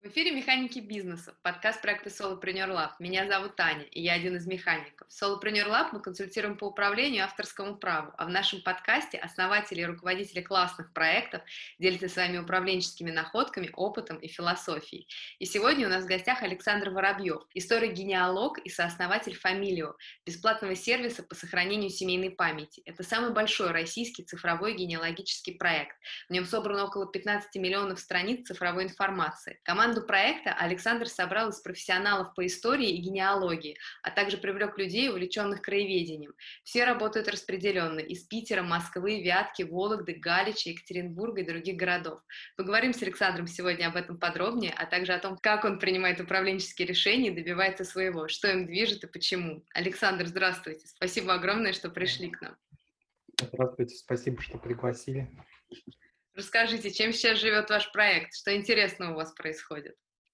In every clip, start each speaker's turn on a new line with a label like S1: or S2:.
S1: В эфире «Механики бизнеса», подкаст проекта Solopreneur Lab. Меня зовут Таня, и я один из механиков. В Solopreneur Lab мы консультируем по управлению и авторскому праву, а в нашем подкасте основатели и руководители классных проектов делятся своими управленческими находками, опытом и философией. И сегодня у нас в гостях Александр Воробьев, историк-генеалог и сооснователь Фамилио, бесплатного сервиса по сохранению семейной памяти. Это самый большой российский цифровой генеалогический проект. В нем собрано около 15 миллионов страниц цифровой информации. Команду проекта Александр собрал из профессионалов по истории и генеалогии, а также привлек людей, увлеченных краеведением. Все работают распределенно из Питера, Москвы, Вятки, Вологды, Галича, Екатеринбурга и других городов. Поговорим с Александром сегодня об этом подробнее, а также о том, как он принимает управленческие решения и добивается своего, что им движет и почему. Александр, здравствуйте. Спасибо огромное, что пришли к нам.
S2: Здравствуйте, спасибо, что пригласили.
S1: Расскажите, чем сейчас живет ваш проект? Что интересного у вас происходит?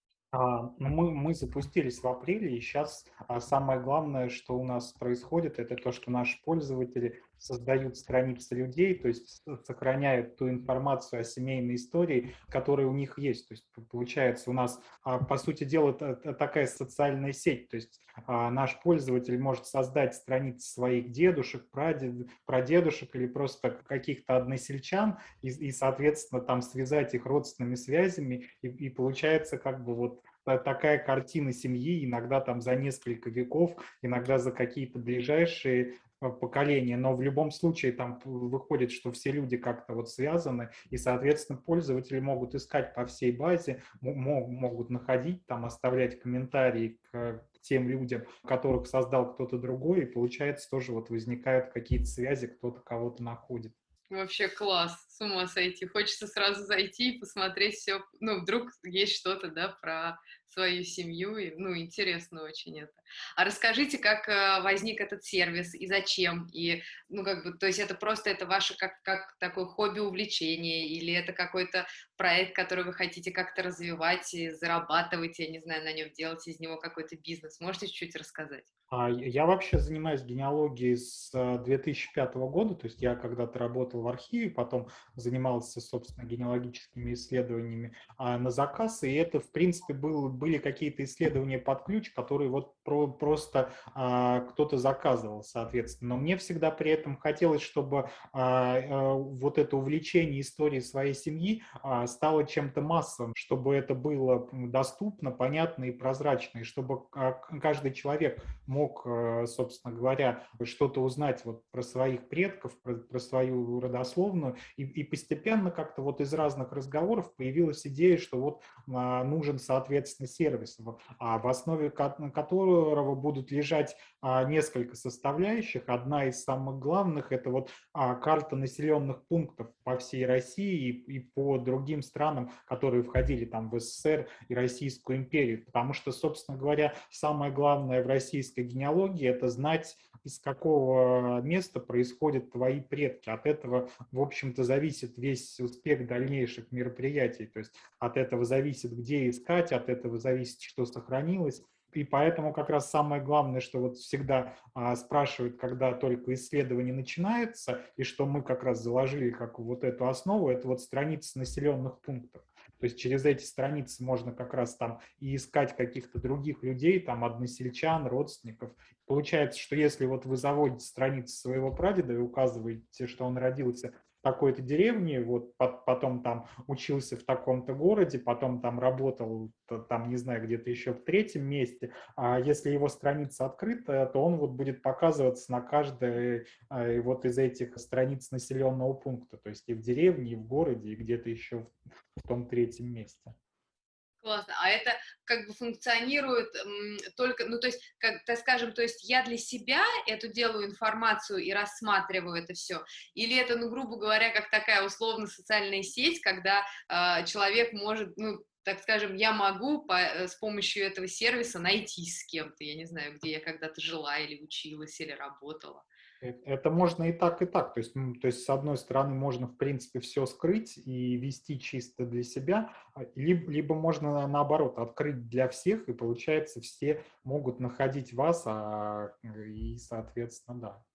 S2: Мы запустились в апреле, и сейчас самое главное, что у нас происходит, это то, что наши пользователи создают страницы людей, то есть сохраняют ту информацию о семейной истории, которая у них есть. То есть получается у нас, по сути дела, такая социальная сеть, то есть наш пользователь может создать страницы своих дедушек, прадедушек или просто каких-то односельчан и, соответственно, там связать их родственными связями, и получается как бы вот такая картина семьи, иногда там за несколько веков, иногда за какие-то ближайшие поколения, но в любом случае там выходит, что все люди как-то вот связаны, и, соответственно, пользователи могут искать по всей базе, могут находить, там, оставлять комментарии к тем людям, которых создал кто-то другой, и получается тоже вот возникают какие-то связи, кто-то кого-то находит.
S1: Вообще класс, с ума сойти. Хочется сразу зайти и посмотреть все. Ну, вдруг есть что-то, да, про свою семью. И, ну, интересно очень это. А расскажите, как возник этот сервис и зачем? И, ну, как бы, то есть это просто это ваше как такое хобби, увлечение, или это какой-то проект, который вы хотите как-то развивать и зарабатывать, я не знаю, на нем делать из него какой-то бизнес? Можете чуть-чуть рассказать?
S2: Я вообще занимаюсь генеалогией с 2005 года, то есть я когда-то работал в архиве, потом занимался, собственно, генеалогическими исследованиями на заказ, и это, в принципе, были какие-то исследования под ключ, которые вот просто кто-то заказывал, соответственно. Но мне всегда при этом хотелось, чтобы вот это увлечение историей своей семьи стало чем-то массовым, чтобы это было доступно, понятно и прозрачно, и чтобы каждый человек мог, собственно говоря, что-то узнать вот про своих предков, про свою родословную, и постепенно как-то вот из разных разговоров появилась идея, что вот нужен, соответственно, сервис, в основе которого будут лежать несколько составляющих. Одна из самых главных – это вот карта населенных пунктов по всей России и по другим странам, которые входили там в СССР и Российскую империю, потому что, собственно говоря, самое главное в российской генеалогии – это знать, из какого места происходят твои предки. От этого, в общем-то, зависит весь успех дальнейших мероприятий. То есть от этого зависит, где искать, от этого зависит, что сохранилось. И поэтому как раз самое главное, что вот всегда спрашивают, когда только исследование начинается, и что мы как раз заложили как вот эту основу, это вот страницы населенных пунктов. То есть через эти страницы можно как раз там и искать каких-то других людей, там односельчан, родственников. Получается, что если вот вы заводите страницы своего прадеда и указываете, что он родился в такой-то деревне, вот потом там учился в таком-то городе, потом там работал, там, не знаю, где-то еще в третьем месте, а если его страница открыта, то он вот будет показываться на каждой вот из этих страниц населенного пункта, то есть и в деревне, и в городе, и где-то еще в том третьем месте.
S1: Классно. А это как бы функционирует только, ну, то есть, как, так скажем, то есть я для себя эту делаю информацию и рассматриваю это все, или это, ну, грубо говоря, как такая условно-социальная сеть, когда человек может, ну, так скажем, я могу с помощью этого сервиса найтись с кем-то, я не знаю, где я когда-то жила или училась, или работала.
S2: Это можно и так, и так. То есть, с одной стороны, можно, в принципе, все скрыть и вести чисто для себя, либо можно, наоборот, открыть для всех, и, получается, все могут находить вас, и, соответственно, да.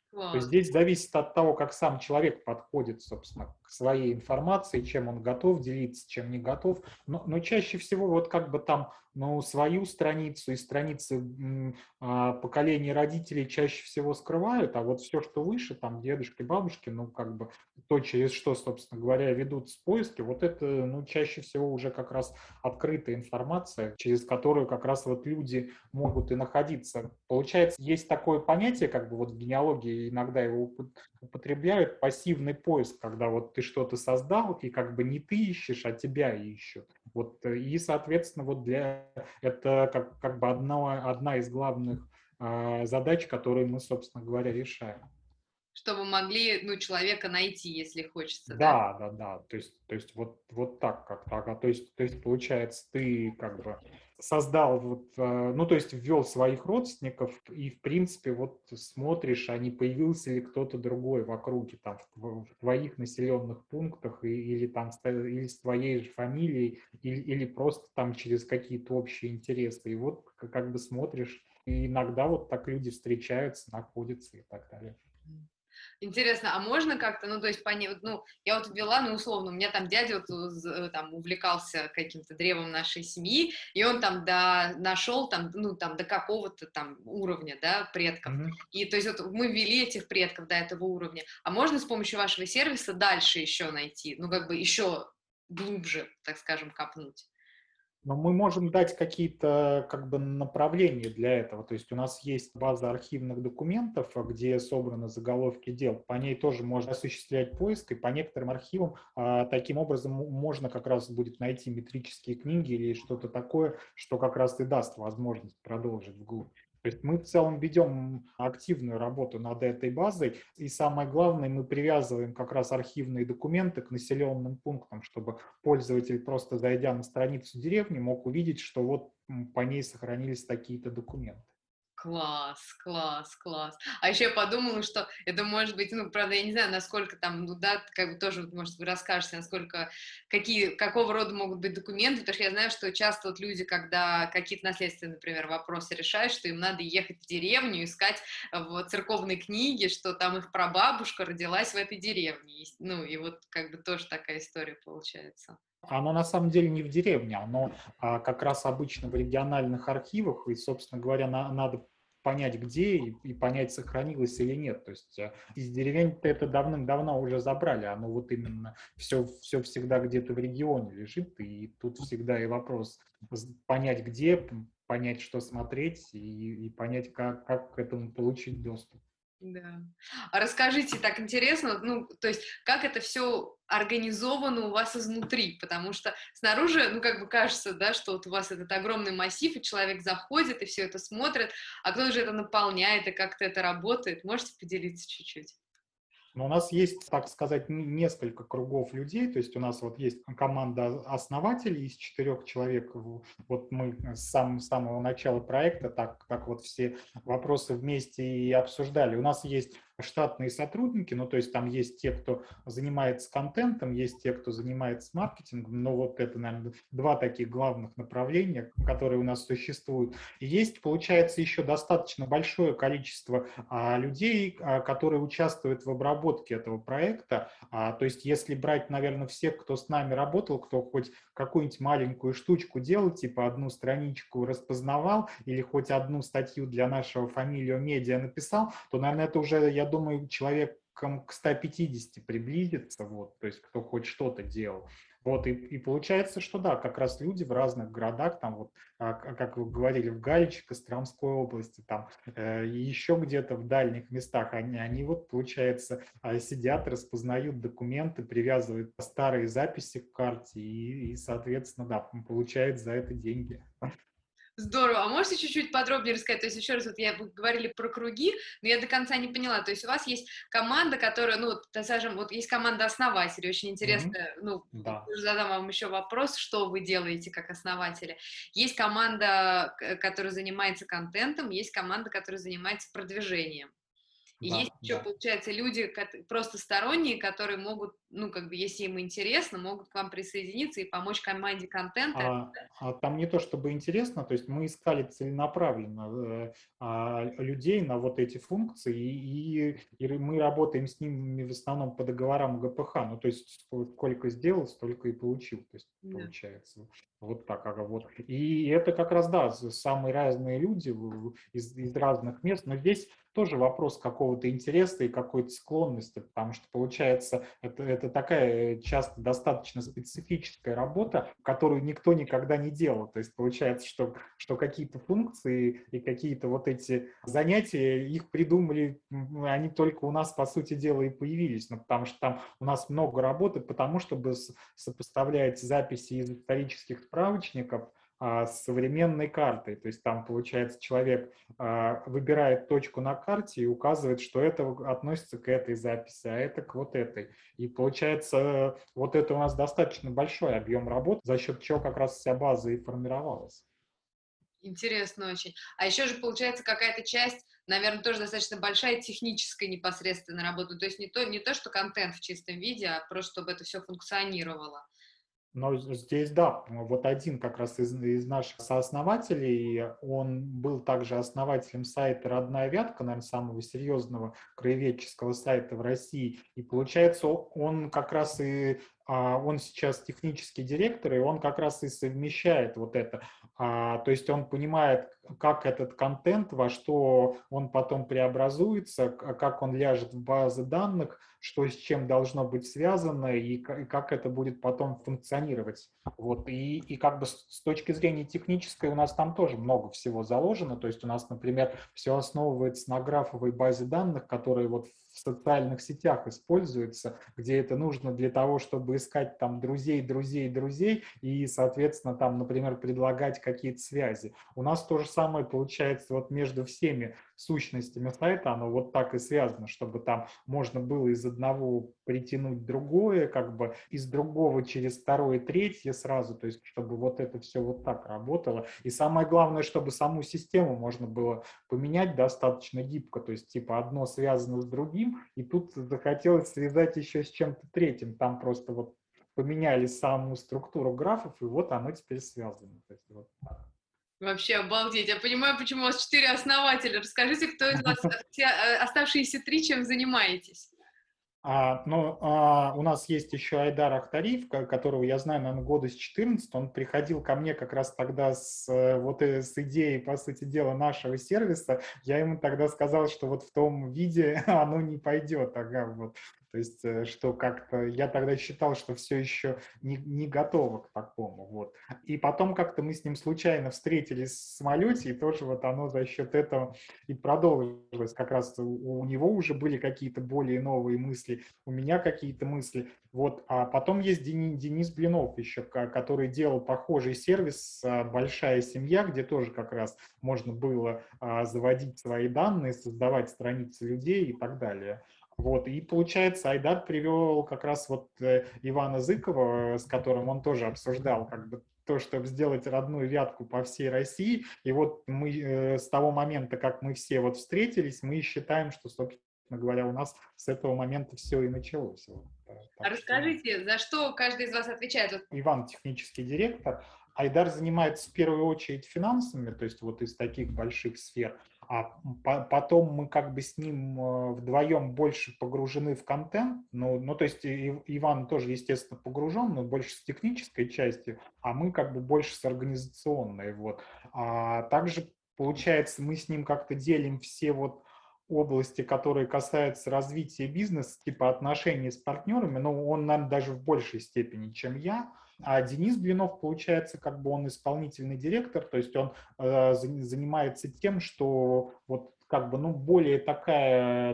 S2: То есть
S1: Класс.
S2: здесь зависит от того, как сам человек подходит, собственно, к своей информации, чем он готов делиться, чем не готов. Но чаще всего вот как бы там, ну, свою страницу и страницы поколения родителей чаще всего скрывают, а вот все, что выше, там, дедушки, бабушки, ну, как бы то, через что, собственно говоря, ведут поиски, вот это, ну, чаще всего уже как раз открытая информация, через которую как раз вот люди могут и находиться. Получается, есть такое понятие, как бы вот в генеалогии иногда его употребляют, пассивный поиск, когда вот ты что-то создал, и как бы не ты ищешь, а тебя ищут. Вот, и, соответственно, вот для это как бы одна из главных задач, которые мы, собственно говоря, решаем.
S1: Чтобы могли, ну, человека найти, если хочется, да?
S2: Да, да, да. То есть вот так как так. То есть получается, ты как бы создал вот, ну, то есть ввел своих родственников и, в принципе, вот смотришь, а не появился ли кто-то другой в округе, там, в твоих населенных пунктах, или там, или с твоей же фамилией, или просто там через какие-то общие интересы. И вот как бы смотришь, и иногда вот так люди встречаются, находятся и так далее.
S1: Интересно, а можно как-то, ну, то есть, ну, я вот ввела, ну, условно, у меня там дядя вот, там увлекался каким-то древом нашей семьи, и он там нашел там, ну, там до какого-то там уровня, да, предков.
S2: Мгм.
S1: И то есть вот мы ввели этих предков до этого уровня, а можно с помощью вашего сервиса дальше еще найти, ну, как бы еще глубже, так скажем, копнуть?
S2: Но мы можем дать какие-то как бы направления для этого. То есть у нас есть база архивных документов, где собраны заголовки дел. По ней тоже можно осуществлять поиск, и по некоторым архивам таким образом можно как раз будет найти метрические книги или что-то такое, что как раз и даст возможность продолжить вглубь. То есть мы в целом ведем активную работу над этой базой, и самое главное, мы привязываем как раз архивные документы к населенным пунктам, чтобы пользователь, просто зайдя на страницу деревни, мог увидеть, что вот по ней сохранились такие-то документы.
S1: Класс, класс, класс. А еще я подумала, что это может быть, ну, правда, я не знаю, насколько там, ну, да, как бы тоже, вот, может, вы расскажете, насколько, какого рода могут быть документы, потому что я знаю, что часто вот люди, когда какие-то наследственные, например, вопросы решают, что им надо ехать в деревню, искать в церковной книге, что там их прабабушка родилась в этой деревне. Ну, и вот как бы тоже такая история получается.
S2: Оно на самом деле не в деревне, оно как раз обычно в региональных архивах, и, собственно говоря, надо понять, где, и понять, сохранилось или нет. То есть из деревень это давным-давно уже забрали, оно вот именно все всегда где-то в регионе лежит, и тут всегда и вопрос понять, где, понять, что смотреть, и понять, как к этому получить доступ.
S1: Да. А расскажите, так интересно, ну, то есть, как это все организовано у вас изнутри, потому что снаружи, ну, как бы кажется, да, что вот у вас этот огромный массив, и человек заходит, и все это смотрит, а кто же это наполняет, и как-то это работает? Можете поделиться чуть-чуть?
S2: Но у нас есть, так сказать, несколько кругов людей. То есть у нас вот есть команда основателей из 4 человек. Вот мы с самого начала проекта так вот все вопросы вместе и обсуждали. У нас есть штатные сотрудники, ну то есть там есть те, кто занимается контентом, есть те, кто занимается маркетингом. Но вот это, наверное, два таких главных направления, которые у нас существуют. И есть, получается, еще достаточно большое количество людей, которые участвуют в обработке этого проекта. То есть если брать, наверное, всех, кто с нами работал, кто хоть какую-нибудь маленькую штучку делал, типа одну страничку распознавал или хоть одну статью для нашего фамилию медиа написал, то, наверное, это уже, я думаю, человек к 150 приблизится, вот, то есть кто хоть что-то делал. Вот, и получается, что да, как раз люди в разных городах, там вот, как вы говорили, в Галиче, Костромской области, там и еще где-то в дальних местах, они вот, получается, сидят, распознают документы, привязывают старые записи к карте и соответственно, да, получают за это деньги.
S1: Здорово. А можете чуть-чуть подробнее рассказать? То есть, еще раз, вот вы говорили про круги, но я до конца не поняла. То есть, у вас есть команда, которая, ну, вот, так скажем, вот есть команда основателей. Очень интересно,
S2: Мгм.
S1: ну,
S2: Да.
S1: задам вам еще вопрос, что вы делаете как основатели. Есть команда, которая занимается контентом, есть команда, которая занимается продвижением. И
S2: Да,
S1: есть еще,
S2: да.
S1: получается, люди просто сторонние, которые могут, ну, как бы, если им интересно, могут к вам присоединиться и помочь команде контента.
S2: А там не то чтобы интересно, то есть мы искали целенаправленно людей на вот эти функции, и мы работаем с ними в основном по договорам ГПХ, ну то есть сколько сделал, столько и получил, то есть
S1: Да.
S2: получается вот так. Вот. И это как раз, да, самые разные люди из разных мест, но здесь тоже вопрос какого-то интереса и какой-то склонности, потому что, получается, это такая часто достаточно специфическая работа, которую никто никогда не делал. То есть получается, что какие-то функции и какие-то вот эти занятия, их придумали, они только у нас, по сути дела, и появились. Ну, потому что там у нас много работы, потому чтобы сопоставлять записи из исторических справочников с современной картой. То есть там, получается, человек выбирает точку на карте и указывает, что это относится к этой записи, а это к вот этой. И получается, вот это у нас достаточно большой объем работы, за счет чего как раз вся база и формировалась.
S1: Интересно очень. А еще же получается какая-то часть, наверное, тоже достаточно большая техническая непосредственно работа. То есть не то, что контент в чистом виде, а просто чтобы это все функционировало.
S2: Но здесь, да, вот один как раз из наших сооснователей, он был также основателем сайта «Родная Вятка», наверное, самого серьезного краеведческого сайта в России. И получается, он как раз он сейчас технический директор, и он как раз и совмещает вот это. То есть он понимает, как этот контент, во что он потом преобразуется, как он ляжет в базы данных, что с чем должно быть связано и как это будет потом функционировать. Вот. И как бы с точки зрения технической у нас там тоже много всего заложено. То есть у нас, например, все основывается на графовой базе данных, которая вот в социальных сетях используется, где это нужно для того, чтобы искать там друзей, друзей, друзей и, соответственно, там, например, предлагать какие-то связи. У нас то же самое получается вот между всеми сущностями сайта, оно вот так и связано, чтобы там можно было из одного притянуть другое, как бы из другого через второе, третье сразу, то есть чтобы вот это все вот так работало. И самое главное, чтобы саму систему можно было поменять достаточно гибко, то есть типа одно связано с другим, и тут захотелось связать еще с чем-то третьим, там просто вот поменяли саму структуру графов, и вот оно теперь связано. То есть, вот.
S1: Вообще обалдеть. Я понимаю, почему у вас 4 основателя. Расскажите, кто из вас, все оставшиеся 3, чем занимаетесь?
S2: У нас есть еще Айдар Ахтариф, которого я знаю, наверное, года с 14. Он приходил ко мне как раз тогда с идеей, по сути дела, нашего сервиса. Я ему тогда сказал, что вот в том виде оно не пойдет. Ага, вот. То есть, что как-то я тогда считал, что все еще не готово к такому. Вот. И потом как-то мы с ним случайно встретились в самолете, и тоже вот оно за счет этого и продолжилось. Как раз у него уже были какие-то более новые мысли, у меня какие-то мысли. Вот. А потом есть Денис Блинов еще, который делал похожий сервис «Большая семья», где тоже как раз можно было заводить свои данные, создавать страницы людей и так далее. Вот, и получается, Айдар привел как раз вот Ивана Зыкова, с которым он тоже обсуждал как бы то, чтобы сделать родную вятку по всей России. И вот мы с того момента, как мы все вот встретились, мы считаем, что, собственно говоря, у нас с этого момента все и началось. Вот,
S1: А
S2: так что
S1: расскажите, за что каждый из вас отвечает? Вот,
S2: Иван технический директор, Айдар занимается в первую очередь финансами, то есть вот из таких больших сфер, а потом мы как бы с ним вдвоем больше погружены в контент, ну то есть Иван тоже, естественно, погружен, но больше с технической части, а мы как бы больше с организационной, вот. А также, получается, мы с ним как-то делим все вот области, которые касаются развития бизнеса, типа отношений с партнерами, но он, наверное, даже в большей степени, чем я. А Денис Блинов, получается, как бы он исполнительный директор, то есть он занимается тем, что вот как бы, ну, более такая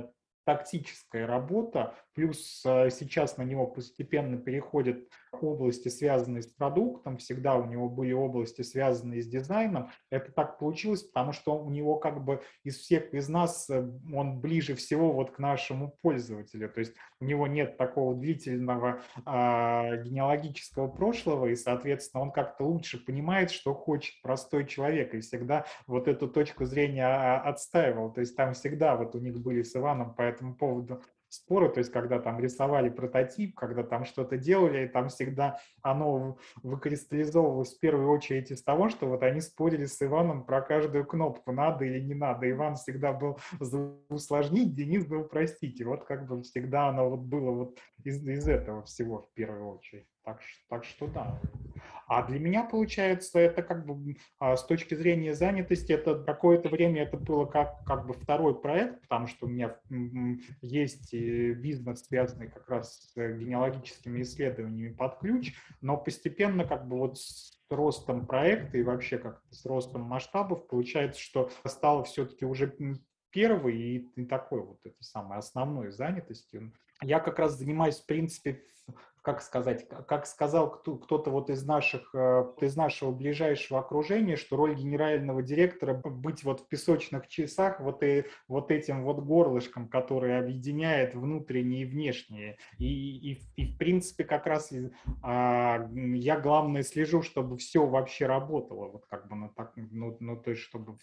S2: тактическая работа, плюс сейчас на него постепенно переходят области, связанные с продуктом, всегда у него были области, связанные с дизайном. Это так получилось, потому что у него как бы из всех из нас он ближе всего вот к нашему пользователю, то есть у него нет такого длительного генеалогического прошлого, и, соответственно, он как-то лучше понимает, что хочет простой человек, и всегда вот эту точку зрения отстаивал. То есть там всегда вот у них были с Иваном по этому поводу споры, то есть когда там рисовали прототип, когда там что-то делали, и там всегда оно выкристаллизовывалось в первую очередь из того, что вот они спорили с Иваном про каждую кнопку, надо или не надо. Иван всегда был за усложнить, Денис за упростить. И вот как бы всегда оно вот было вот из этого всего в первую очередь. Так что да. А для меня, получается, это как бы с точки зрения занятости, это какое-то время это было как бы второй проект, потому что у меня есть бизнес, связанный как раз с генеалогическими исследованиями под ключ, но постепенно как бы вот с ростом проекта и вообще как-то с ростом масштабов получается, что стало все-таки уже первой и такой вот это самой основной занятостью. Я как раз занимаюсь, в принципе, как сказать, как сказал кто-то вот из нашего ближайшего окружения, что роль генерального директора быть вот в песочных часах вот этим вот горлышком, который объединяет внутреннее и внешнее. И в принципе как раз я главное слежу, чтобы все вообще работало, вот как бы то есть чтобы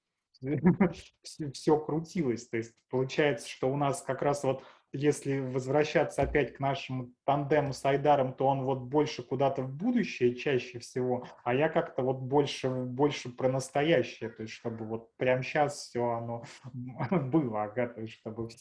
S2: все крутилось. То есть получается, что у нас как раз вот, если возвращаться опять к нашему тандему с Айдаром, то он вот больше куда-то в будущее чаще всего, а я как-то вот больше про настоящее, то есть чтобы вот прямо сейчас все оно было, ага, то есть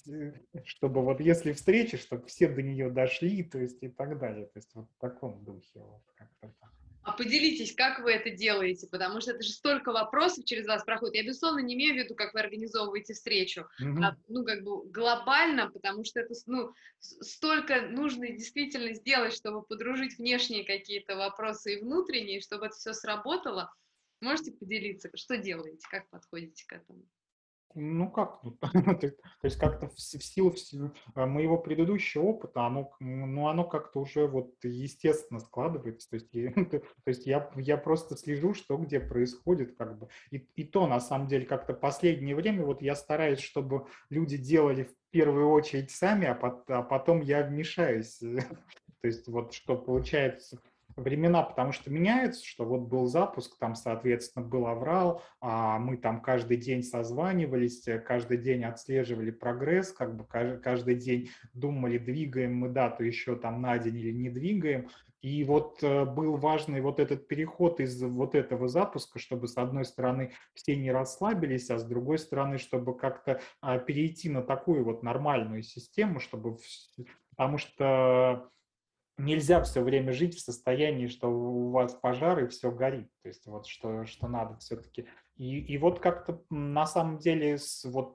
S2: чтобы вот если встреча, чтобы все до нее дошли, то есть и так далее, то есть вот в таком духе вот как-то так.
S1: А поделитесь, как вы это делаете, потому что это же столько вопросов через вас проходит. Я, безусловно, не имею в виду, как вы организовываете встречу, а, ну, как бы глобально, потому что это, ну, столько нужно действительно сделать, чтобы подружить внешние какие-то вопросы и внутренние, чтобы это все сработало. Можете поделиться, что делаете, как подходите к этому?
S2: Ну как, то есть как-то в силу моего предыдущего опыта, оно как-то уже вот естественно складывается, то есть, то есть я просто слежу, что где происходит, как бы, и то, на самом деле, как-то последнее время вот я стараюсь, чтобы люди делали в первую очередь сами, а потом я вмешаюсь, то есть вот что получается времена, потому что меняются, что вот был запуск, там, соответственно, был аврал, а мы там каждый день созванивались, каждый день отслеживали прогресс, как бы каждый день думали, двигаем мы дату еще там на день или не двигаем. И вот был важный вот этот переход из вот этого запуска, чтобы с одной стороны все не расслабились, а с другой стороны, чтобы как-то перейти на такую вот нормальную систему, чтобы... Потому что нельзя все время жить в состоянии, что у вас пожар и все горит. То есть вот что надо все-таки. И вот как-то на самом деле вот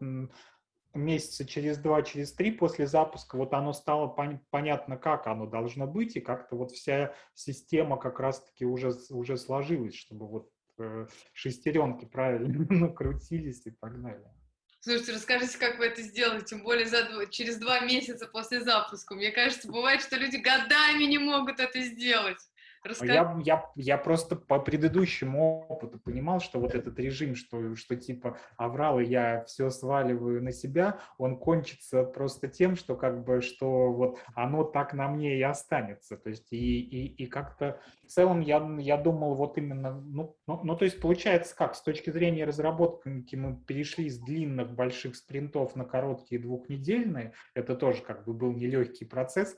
S2: месяца через два, через три после запуска вот оно стало понятно, как оно должно быть, и как-то вот вся система как раз-таки уже сложилась, чтобы вот шестеренки правильно накрутились и так далее.
S1: Слушайте, расскажите, как вы это сделали, тем более через 2 месяца после запуска. Мне кажется, бывает, что люди годами не могут это сделать. Расскажите.
S2: Я просто по предыдущему опыту понимал, что вот этот режим, что типа аврал, и я все сваливаю на себя, он кончится просто тем, что как бы, что вот оно так на мне и останется. То есть и как-то в целом я думал вот именно, то есть получается как, с точки зрения разработки мы перешли с длинных больших спринтов на короткие двухнедельные, это тоже как бы был нелегкий процесс,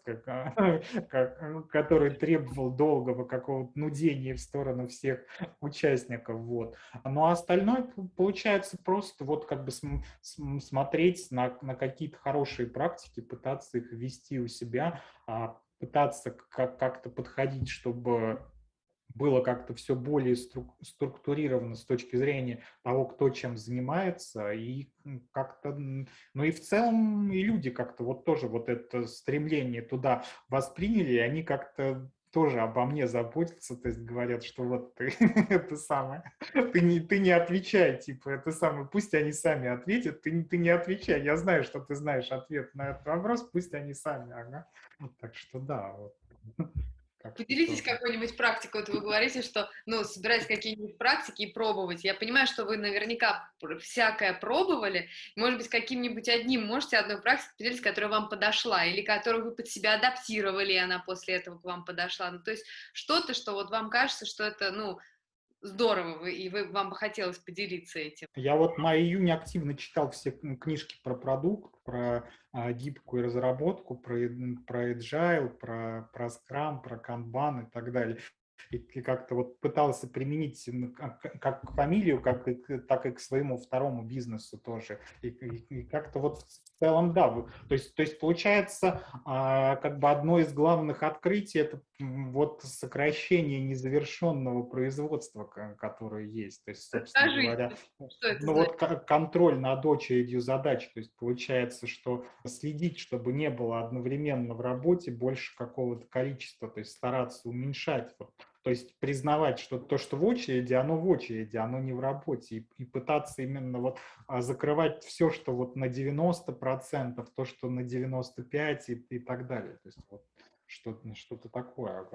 S2: который требовал долгого какого-то нудения в сторону всех участников. Вот. Ну а остальное получается просто вот как бы смотреть на какие-то хорошие практики, пытаться их ввести у себя, пытаться как-то подходить, чтобы было как-то все более структурировано с точки зрения того, кто чем занимается, и как-то, ну и в целом и люди как-то вот тоже вот это стремление туда восприняли, и они как-то тоже обо мне заботятся, то есть говорят, что вот ты это самое, ты не отвечай, типа, это самое, пусть они сами ответят, ты не отвечай, я знаю, что ты знаешь ответ на этот вопрос, пусть они сами, ага. Так что да, вот. Как-то
S1: Поделитесь
S2: тоже.
S1: какой-нибудь практикой. Вот вы говорите, что, ну, собирать какие-нибудь практики и пробовать. Я понимаю, что вы наверняка всякое пробовали. Может быть, каким-нибудь одним можете одной практикой поделиться, которая вам подошла, или которую вы под себя адаптировали, и она после этого к вам подошла. Ну, то есть что-то, что вот вам кажется, что это, ну, здорово, вам бы хотелось поделиться этим.
S2: Я вот май-июнь активно читал все книжки про продукт, про гибкую разработку, про agile, про Scrum, про Kanban и так далее. И как-то вот пытался применить как к фамилию, так и к своему второму бизнесу тоже. И как-то вот в целом, да. То есть получается, как бы одно из главных открытий – это вот сокращение незавершенного производства, которое есть. То есть, собственно говоря,
S1: Расскажите, что это
S2: ну
S1: значит?
S2: вот контроль над очередью задач, то есть получается, что следить, чтобы не было одновременно в работе больше какого-то количества, то есть стараться уменьшать, вот, то есть признавать, что то, что в очереди, оно не в работе, и пытаться именно вот закрывать все, что вот на 90%, то, что на 95% и так далее. То есть вот что-то такое.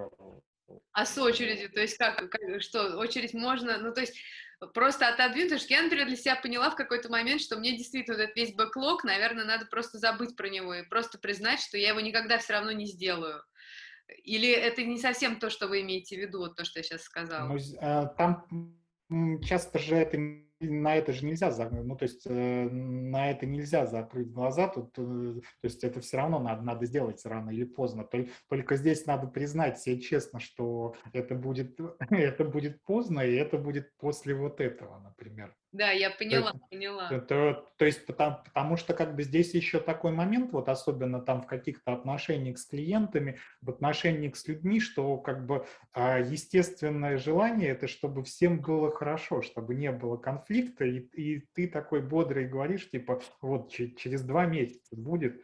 S1: А с очередью, то есть что, очередь можно, ну, то есть просто отодвинуть, потому что я, например, для себя поняла в какой-то момент, что мне действительно вот этот весь бэклог, наверное, надо просто забыть про него и просто признать, что я его никогда все равно не сделаю. Или это не совсем то, что вы имеете в виду, вот то, что я сейчас сказала?
S2: Ну, там часто же на это же нельзя, ну, то есть на это нельзя закрыть глаза, то есть это все равно надо сделать рано или поздно. Только здесь надо признать себе честно, что это будет, это будет поздно, и это будет после вот этого, например.
S1: Да, я
S2: То,
S1: поняла, поняла.
S2: то есть потому что как бы здесь еще такой момент, вот особенно там в каких-то отношениях с клиентами, в отношениях с людьми, что как бы естественное желание это чтобы всем было хорошо, чтобы не было конфликта, и ты такой бодрый говоришь, типа, вот через 2 месяца будет,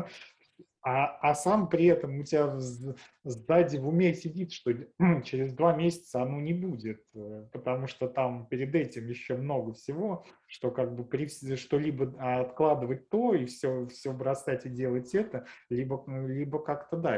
S2: а сам при этом у тебя сзади в уме сидит, что через 2 месяца оно не будет, потому что там перед этим еще много всего, что как бы что либо откладывать то и все бросать и делать это, либо как-то да.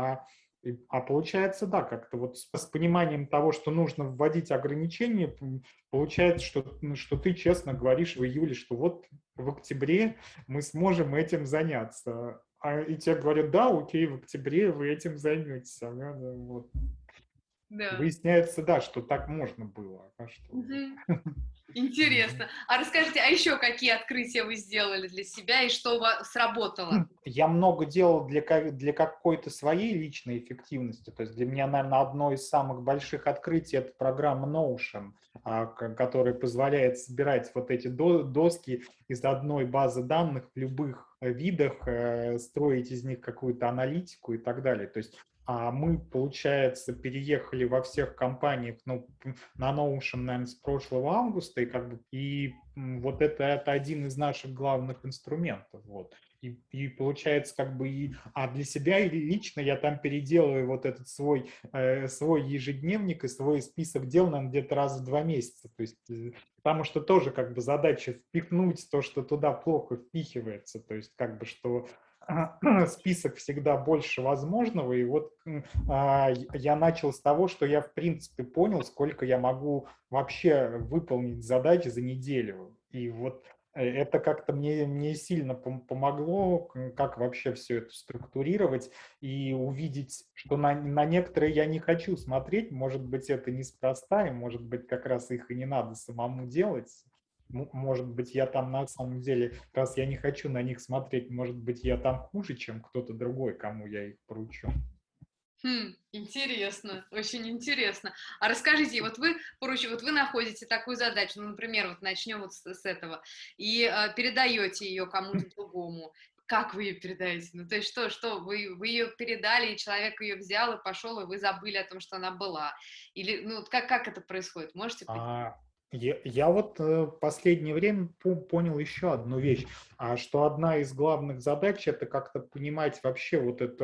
S2: А получается, да, как-то вот с пониманием того, что нужно вводить ограничения, получается, что ты честно говоришь в июле, что вот в октябре мы сможем этим заняться. И тебе говорят, да, окей, в октябре вы этим займетесь. Вот.
S1: Да.
S2: Выясняется, да, что так можно было. А что?
S1: Мгм. Интересно. А расскажите, а еще какие открытия вы сделали для себя и что у вас сработало?
S2: Я много делал для какой-то своей личной эффективности. То есть для меня, наверное, одно из самых больших открытий – это программа Notion, которая позволяет собирать вот эти доски из одной базы данных в любых видах, строить из них какую-то аналитику и так далее. То есть мы, получается, переехали во всех компаниях, ну, на Notion, наверное, с прошлого августа, вот это один из наших главных инструментов. Вот. И получается, как бы для себя и лично я там переделываю вот этот свой ежедневник и свой список дел, наверное, где-то раз в 2 месяца. То есть, потому что тоже как бы задача впихнуть то, что туда плохо впихивается. То есть, как бы, что список всегда больше возможного, и вот я начал с того, что я в принципе понял, сколько я могу вообще выполнить задач за неделю, и вот это как-то мне сильно помогло, как вообще все это структурировать и увидеть, что на некоторые я не хочу смотреть, может быть, это неспроста, и может быть, как раз их и не надо самому делать, может быть, я там на самом деле, раз я не хочу на них смотреть, может быть, я там хуже, чем кто-то другой, кому я их поручу.
S1: Интересно, очень интересно. А расскажите, вот вы находите такую задачу, ну, например, вот начнем вот с этого, и передаете ее кому-то другому. Как вы ее передаете? Ну, то есть что вы ее передали, и человек ее взял и пошел, и вы забыли о том, что она была? Или, ну, вот как это происходит? Можете поделиться?
S2: А, я вот в последнее время понял еще одну вещь, что одна из главных задач это как-то понимать вообще вот это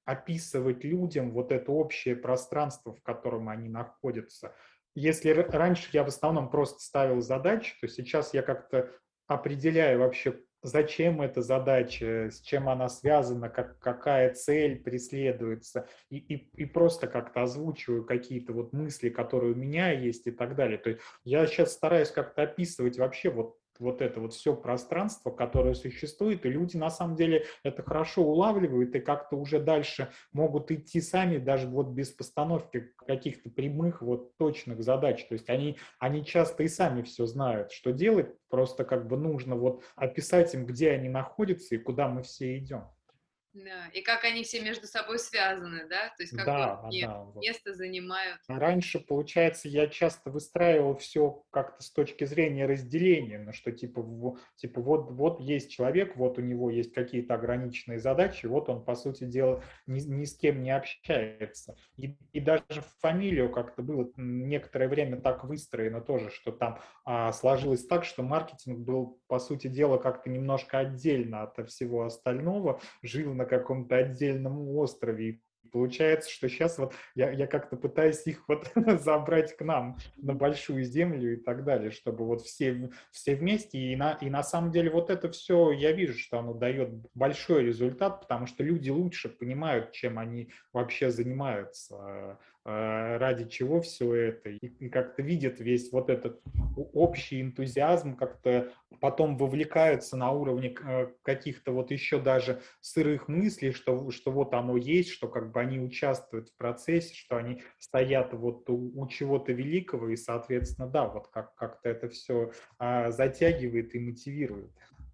S2: описывать людям вот это общее пространство, в котором они находятся. Если раньше я в основном просто ставил задачи, то сейчас я как-то определяю вообще, зачем эта задача, с чем она связана, какая цель преследуется, и просто как-то озвучиваю какие-то вот мысли, которые у меня есть и так далее. То есть я сейчас стараюсь как-то описывать вообще вот это вот все пространство, которое существует, и люди на самом деле это хорошо улавливают и как-то уже дальше могут идти сами, даже вот без постановки каких-то прямых вот точных задач. То есть они часто и сами все знают, что делать, просто как бы нужно вот описать им, где они находятся и куда мы все идем.
S1: Да, и как они все между собой связаны, да, то есть какое
S2: Да,
S1: они
S2: да, вот.
S1: место занимают.
S2: Раньше, получается, я часто выстраивал все как-то с точки зрения разделения, ну, что типа вот есть человек, вот у него есть какие-то ограниченные задачи, вот он, по сути дела, ни с кем не общается. И даже фамилию как-то было некоторое время так выстроено тоже, что там сложилось так, что маркетинг был, по сути дела, как-то немножко отдельно от всего остального, жил на каком-то отдельном острове. И получается, что сейчас вот я как-то пытаюсь их вот забрать к нам на большую землю и так далее, чтобы вот все вместе. И на самом деле вот это все, я вижу, что оно дает большой результат, потому что люди лучше понимают, чем они вообще занимаются, ради чего все это, и как-то видят весь вот этот общий энтузиазм, как-то потом вовлекаются на уровне каких-то вот еще даже сырых мыслей, что вот оно есть, что как бы они участвуют в процессе, что они стоят вот у чего-то великого, и, соответственно, да, вот как-то это все затягивает и мотивирует.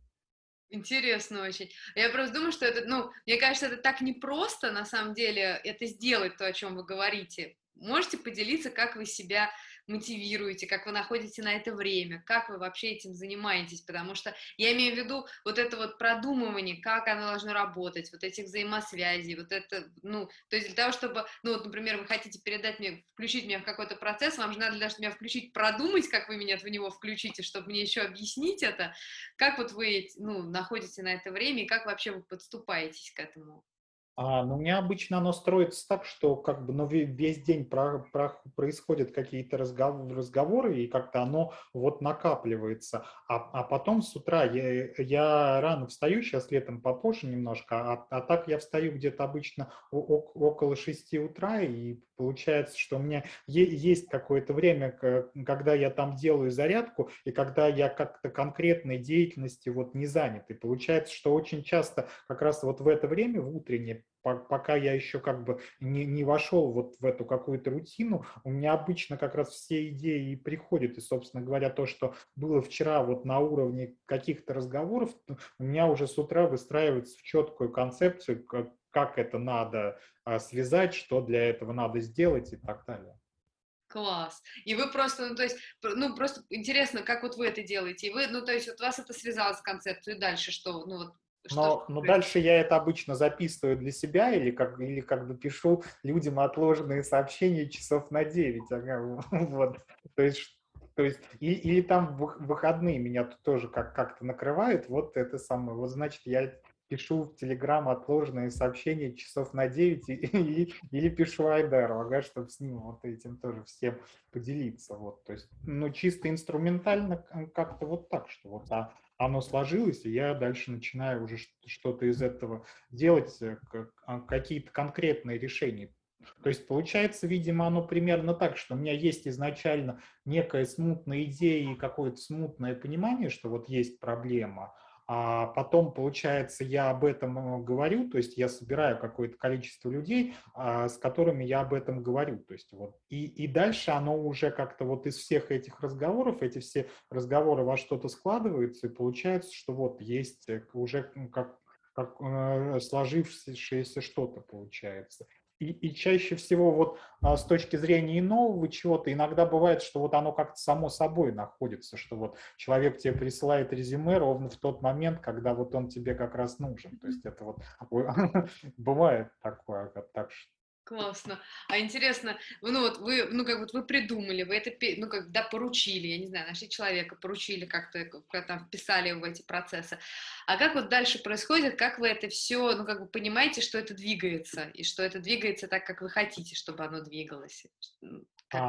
S1: Интересно очень. Я просто думаю, что это, ну, мне кажется, это так непросто, на самом деле, это сделать, то, о чем вы говорите. Можете поделиться, как вы себя мотивируете, как вы находите на это время, как вы вообще этим занимаетесь, потому что я имею в виду вот это вот продумывание, как оно должно работать, вот этих взаимосвязей, вот это, ну, то есть для того, чтобы, ну, вот, например, вы хотите передать мне, включить меня в какой-то процесс, вам же надо для того, чтобы меня включить, продумать, как вы меня в него включите, чтобы мне еще объяснить это, как вот вы, ну, находите на это время и как вообще вы подступаетесь к этому?
S2: Ну, у меня обычно оно строится так, что как бы ну, весь день происходят какие-то разговоры, и как-то оно вот накапливается. А потом с утра я рано встаю, сейчас летом попозже немножко, а так я встаю где-то обычно около 6 утра, и получается, что у меня есть какое-то время, когда я там делаю зарядку, и когда я как-то конкретной деятельности вот не занят. И получается, что очень часто как раз вот в это время, в утреннее, пока я еще как бы не вошел вот в эту какую-то рутину, у меня обычно как раз все идеи и приходят. И, собственно говоря, то, что было вчера вот на уровне каких-то разговоров, у меня уже с утра выстраивается в четкую концепцию, как это надо связать, что для этого надо сделать и так далее.
S1: Класс. И вы просто, ну, то есть, ну, просто интересно, как вот вы это делаете. И вы, ну, то есть, вот у вас это связалось с концепцией, и дальше что, ну, вот, что
S2: Но
S1: происходит?
S2: дальше я это обычно записываю для себя или как бы пишу людям отложенные сообщения часов на 9. Ага, вот. То есть, или там в выходные меня тут тоже как-то накрывает, вот это самое. Вот значит, я пишу в Телеграм отложенные сообщения часов на 9 или пишу Айдару, ага, чтобы с ним вот этим тоже всем поделиться. Вот. То есть, ну, чисто инструментально как-то вот так, что вот, оно сложилось, и я дальше начинаю уже что-то из этого делать, какие-то конкретные решения. То есть получается, видимо, оно примерно так, что у меня есть изначально некая смутная идея и какое-то смутное понимание, что вот есть проблема, а потом, получается, я об этом говорю, то есть я собираю какое-то количество людей, с которыми я об этом говорю. То есть вот. И дальше оно уже как-то вот из всех этих разговоров, эти все разговоры во что-то складываются, и получается, что вот есть уже как сложившееся что-то получается. И чаще всего вот с точки зрения нового чего-то, иногда бывает, что вот оно как-то само собой находится, что вот человек тебе присылает резюме ровно в тот момент, когда вот он тебе как раз нужен. То есть это вот бывает такое, так что.
S1: Классно. А интересно, ну вот вы, ну как вот вы придумали, вы это, ну как, да, поручили, я не знаю, нашли человека, поручили как-то, там вписали в эти процессы. А как вот дальше происходит, как вы это все, ну как бы понимаете, что это двигается, и что это двигается так, как вы хотите, чтобы оно двигалось? Как?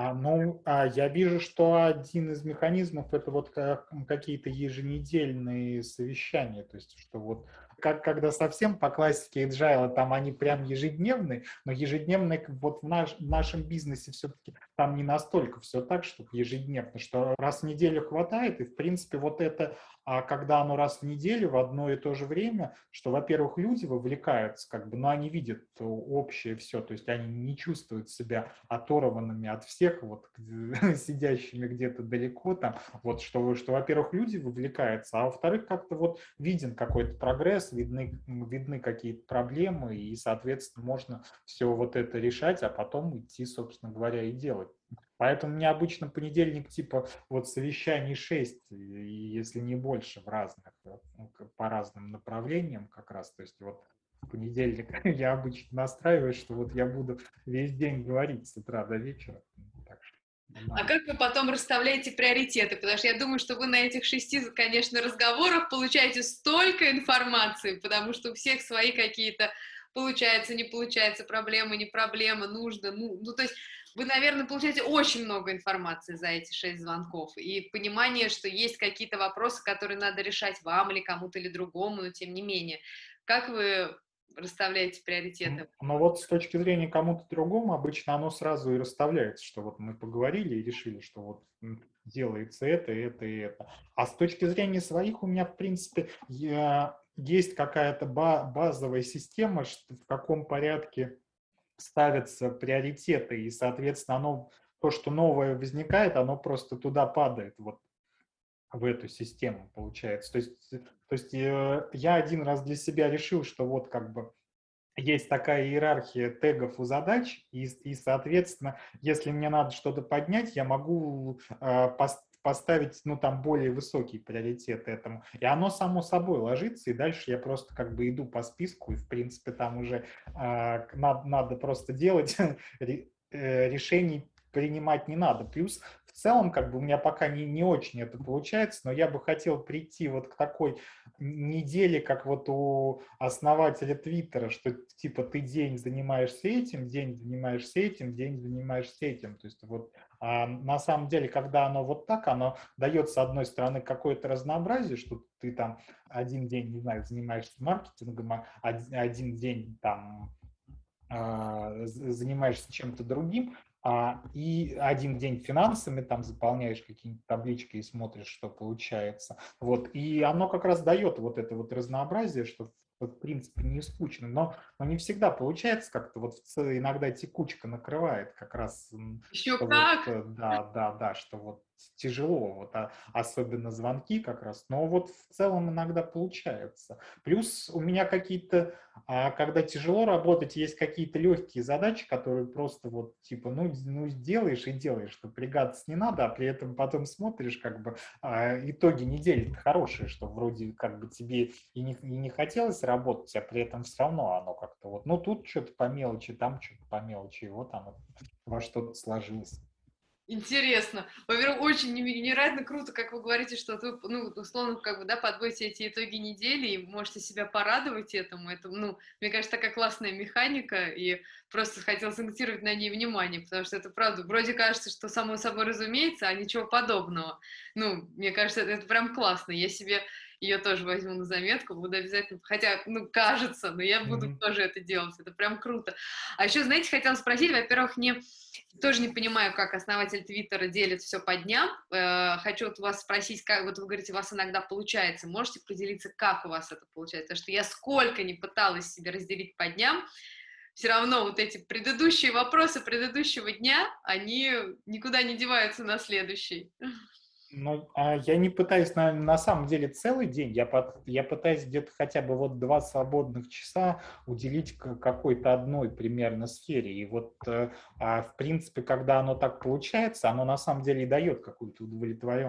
S2: Я вижу, что один из механизмов это вот какие-то еженедельные совещания, то есть что вот когда совсем по классике agile, там они прям ежедневные, но ежедневные вот в нашем бизнесе все-таки там не настолько все так, что ежедневно, что раз в неделю хватает, и в принципе вот это, когда оно раз в неделю в одно и то же время, что, во-первых, люди вовлекаются, как бы, но они видят общее все, то есть они не чувствуют себя оторванными от всех, вот сидящими где-то далеко там, вот что, во-первых, люди вовлекаются, а во-вторых, как-то вот виден какой-то прогресс, видны какие-то проблемы, и, соответственно, можно все вот это решать, а потом идти, собственно говоря, и делать. Поэтому у меня обычно понедельник типа вот совещаний 6, если не больше, в разных, по разным направлениям как раз. То есть вот в понедельник я обычно настраиваю, что вот я буду весь день говорить с утра до вечера. Так что,
S1: А
S2: да.
S1: как вы потом расставляете приоритеты? Потому что я думаю, что вы на этих 6, конечно, разговорах получаете столько информации, потому что у всех свои какие-то получается, не получается, проблемы, не проблемы, нужно, ну, то есть вы, наверное, получаете очень много информации за эти 6 звонков и понимание, что есть какие-то вопросы, которые надо решать вам или кому-то или другому, но тем не менее. Как вы расставляете приоритеты?
S2: Но вот с точки зрения кому-то другому, обычно оно сразу и расставляется, что вот мы поговорили и решили, что вот делается это и это. А с точки зрения своих у меня, в принципе, есть какая-то базовая система, что в каком порядке ставятся приоритеты, и, соответственно, то, что новое возникает, оно просто туда падает, вот в эту систему, получается. То есть я один раз для себя решил, что вот как бы есть такая иерархия тегов у задач, и соответственно, если мне надо что-то поднять, я могу поставить, ну, там, более высокий приоритет этому. И оно само собой ложится, и дальше я просто как бы иду по списку, и, в принципе, там уже надо просто делать, решений принимать не надо. Плюс в целом, как бы у меня пока не очень это получается, но я бы хотел прийти вот к такой неделе, как вот у основателя Твиттера, что типа ты день занимаешься этим, день занимаешься этим, день занимаешься этим. То есть вот на самом деле, когда оно вот так, оно дает, с одной стороны, какое-то разнообразие, что ты там один день, не знаю, занимаешься маркетингом, а один день там занимаешься чем-то другим, и один день финансами там заполняешь какие-нибудь таблички и смотришь, что получается. Вот. И оно как раз дает вот это вот разнообразие, что в принципе не скучно, но не всегда получается как-то, вот иногда текучка накрывает как раз,
S1: Еще
S2: что вот,
S1: как?
S2: да, что вот тяжело, вот, особенно звонки как раз, но вот в целом иногда получается. Плюс у меня какие-то когда тяжело работать, есть какие-то легкие задачи, которые просто вот типа, ну делаешь и делаешь, напрягаться не надо, а при этом потом смотришь, как бы итоги недели хорошие, что вроде как бы тебе и не хотелось работать, а при этом все равно оно как-то вот, ну тут что-то по мелочи, там что-то по мелочи, и вот оно во что-то сложилось.
S1: Интересно. Во-первых, очень невероятно круто, как вы говорите, что вы, ну, условно, как бы, да, подводите эти итоги недели и можете себя порадовать этому. Это, ну, мне кажется, такая классная механика, и просто хотела сакцентировать на ней внимание, потому что это правда. Вроде кажется, что само собой разумеется, а ничего подобного. Ну, мне кажется, это прям классно. Я себе ее тоже возьму на заметку, буду обязательно, хотя, ну, кажется, но я буду
S2: Мгм.
S1: тоже это делать. Это прям круто. А еще, знаете, хотела спросить, во-первых, тоже не понимаю, как основатель Твиттера делит все по дням. Хочу вот вас спросить, как вот вы говорите, у вас иногда получается. Можете поделиться, как у вас это получается? Потому что я сколько не пыталась себе разделить по дням, все равно вот эти предыдущие вопросы предыдущего дня, они никуда не деваются на следующий.
S2: Ну, я не пытаюсь на самом деле целый день, я пытаюсь где-то хотя бы вот 2 свободных часа уделить какой-то одной примерно сфере. И вот, в принципе, когда оно так получается, оно на самом деле и дает какую-то удовлетворенность.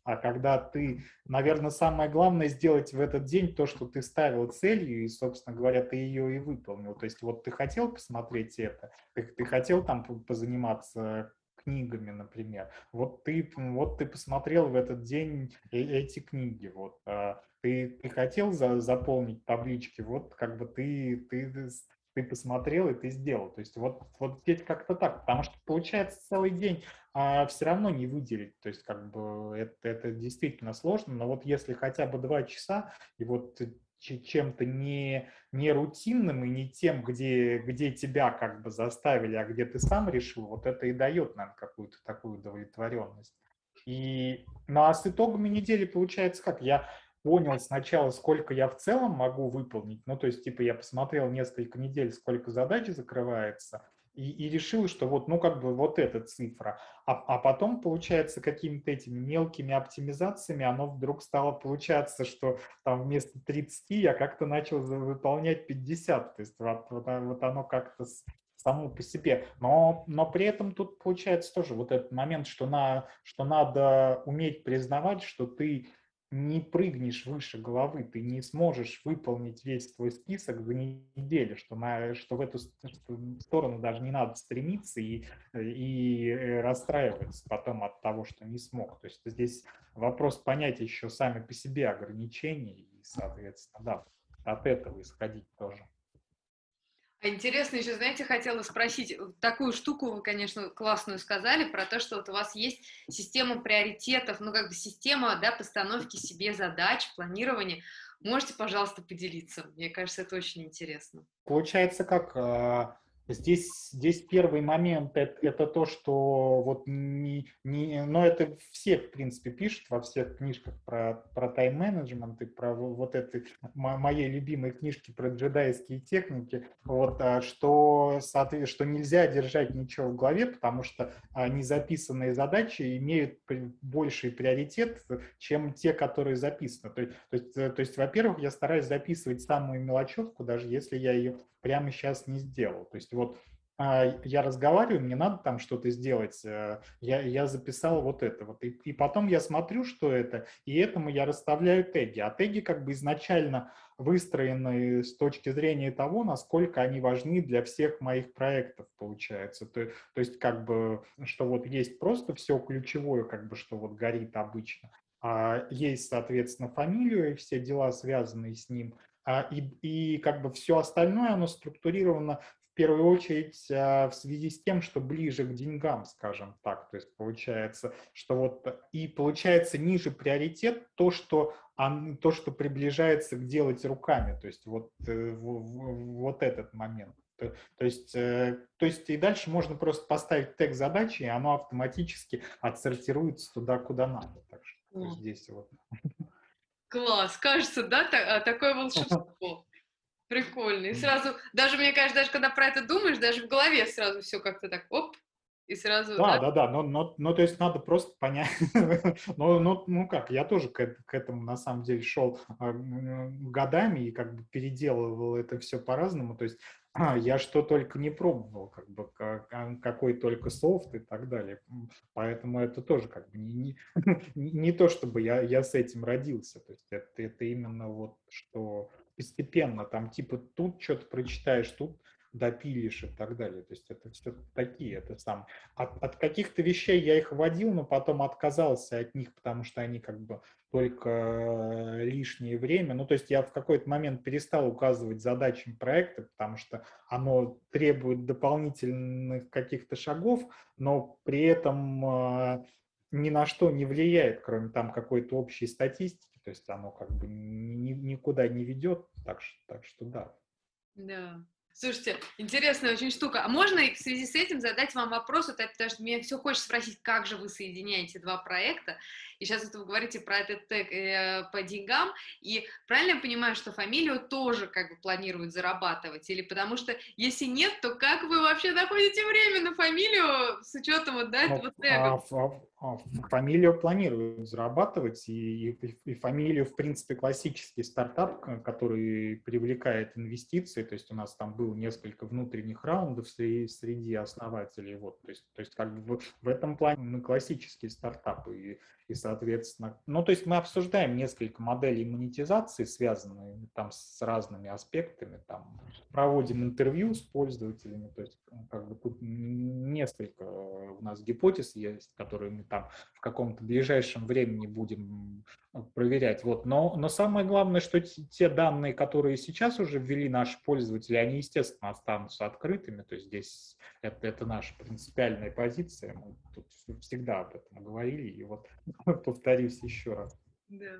S2: А когда ты, наверное, самое главное сделать в этот день то, что ты ставил целью, и, собственно говоря, ты ее и выполнил. То есть вот ты хотел посмотреть это, ты хотел там позаниматься книгами, например. Вот ты посмотрел в этот день эти книги. Вот, ты хотел заполнить таблички, вот как бы ты посмотрел и ты сделал. То есть вот здесь как-то так, потому что получается целый день все равно не выделить. То есть как бы это действительно сложно, но вот если хотя бы 2 часа, и вот чем-то не рутинным и не тем, где тебя как бы заставили, а где ты сам решил, вот это и дает, наверное, какую-то такую удовлетворенность. Ну а с итогами недели получается как? Я понял сначала, сколько я в целом могу выполнить, ну то есть типа я посмотрел несколько недель, сколько задач закрывается, и решил, что вот, ну как бы вот эта цифра. А потом, получается, какими-то этими мелкими оптимизациями оно вдруг стало получаться, что там вместо 30 я как-то начал выполнять 50. То есть вот оно как-то само по себе. Но при этом тут получается тоже вот этот момент, что надо уметь признавать, что ты не прыгнешь выше головы, ты не сможешь выполнить весь твой список за неделю, что в эту сторону даже не надо стремиться и расстраиваться потом от того, что не смог. То есть здесь вопрос понять еще сами по себе ограничения и, соответственно, да, от этого исходить тоже.
S1: А интересно еще, знаете, хотела спросить, такую штуку вы, конечно, классную сказали, про то, что вот у вас есть система приоритетов, ну, как бы система, да, постановки себе задач, планирования. Можете, пожалуйста, поделиться? Мне кажется, это очень интересно.
S2: Получается, как здесь первый момент это то, что вот но это все, в принципе, пишут во всех книжках про тайм-менеджмент и про вот этой моей любимой книжки про джедайские техники, вот, что нельзя держать ничего в голове, потому что незаписанные задачи имеют больший приоритет, чем те, которые записаны. То есть, во-первых, я стараюсь записывать самую мелочевку, даже если я ее прямо сейчас не сделал. То есть вот я разговариваю, мне надо там что-то сделать, я записал вот это вот. И потом я смотрю, что это, и этому я расставляю теги. А теги как бы изначально выстроены с точки зрения того, насколько они важны для всех моих проектов, получается. То есть как бы, что вот есть просто все ключевое, как бы, что вот горит обычно, есть, соответственно, фамилию и все дела, связанные с ним, и как бы все остальное, оно структурировано в первую очередь в связи с тем, что ближе к деньгам, скажем так. То есть получается, что вот и получается ниже приоритет то, что приближается к делать руками. То есть вот этот момент. То есть и дальше можно просто поставить тег задачи, и оно автоматически отсортируется туда, куда надо. Так что то есть
S1: О,
S2: здесь вот.
S1: класс, кажется, да, такое волшебство. Прикольно. И сразу, даже мне кажется, даже когда про это думаешь, даже в голове сразу все как-то так, оп, и сразу,
S2: Да,
S1: да?
S2: да, да, но то есть надо просто понять, ну как, я тоже к этому на самом деле шел годами и как бы переделывал это все по-разному, то есть я что только не пробовал, как бы какой только софт и так далее, поэтому это тоже как бы не то, чтобы я с этим родился, то есть это именно вот что постепенно, там типа тут что-то прочитаешь, тут допилишь и так далее, то есть это все такие, это сам от каких-то вещей я их вводил, но потом отказался от них, потому что они как бы только лишнее время. Ну, то есть я в какой-то момент перестал указывать задачам проекта, потому что оно требует дополнительных каких-то шагов, но при этом ни на что не влияет, кроме там какой-то общей статистики. То есть оно как бы никуда не ведет. Так что да.
S1: Да. Слушайте, интересная очень штука. А можно и в связи с этим задать вам вопрос, это, потому что мне все хочется спросить, как же вы соединяете два проекта? И сейчас вот вы говорите про этот тег по деньгам, и правильно я понимаю, что фамилию тоже как бы планируют зарабатывать? Или потому что если нет, то как вы вообще находите время на фамилию с учетом вот, да,
S2: Ну,
S1: этого тега?
S2: Фамилию планируют зарабатывать, и фамилию, в принципе, классический стартап, который привлекает инвестиции, то есть у нас там было несколько внутренних раундов среди основателей, вот, то есть как бы в этом плане мы классический стартап, и, соответственно, ну, то есть мы обсуждаем несколько моделей монетизации, связанные там с разными аспектами, там, проводим интервью с пользователями, то есть как бы тут несколько у нас гипотез есть, которые мы там в каком-то ближайшем времени будем проверять. Вот. Но самое главное, что те данные, которые сейчас уже ввели наши пользователи, они, естественно, останутся открытыми, то есть здесь это наша принципиальная позиция, мы тут всегда об этом говорили, и вот повторюсь еще раз.
S1: Да.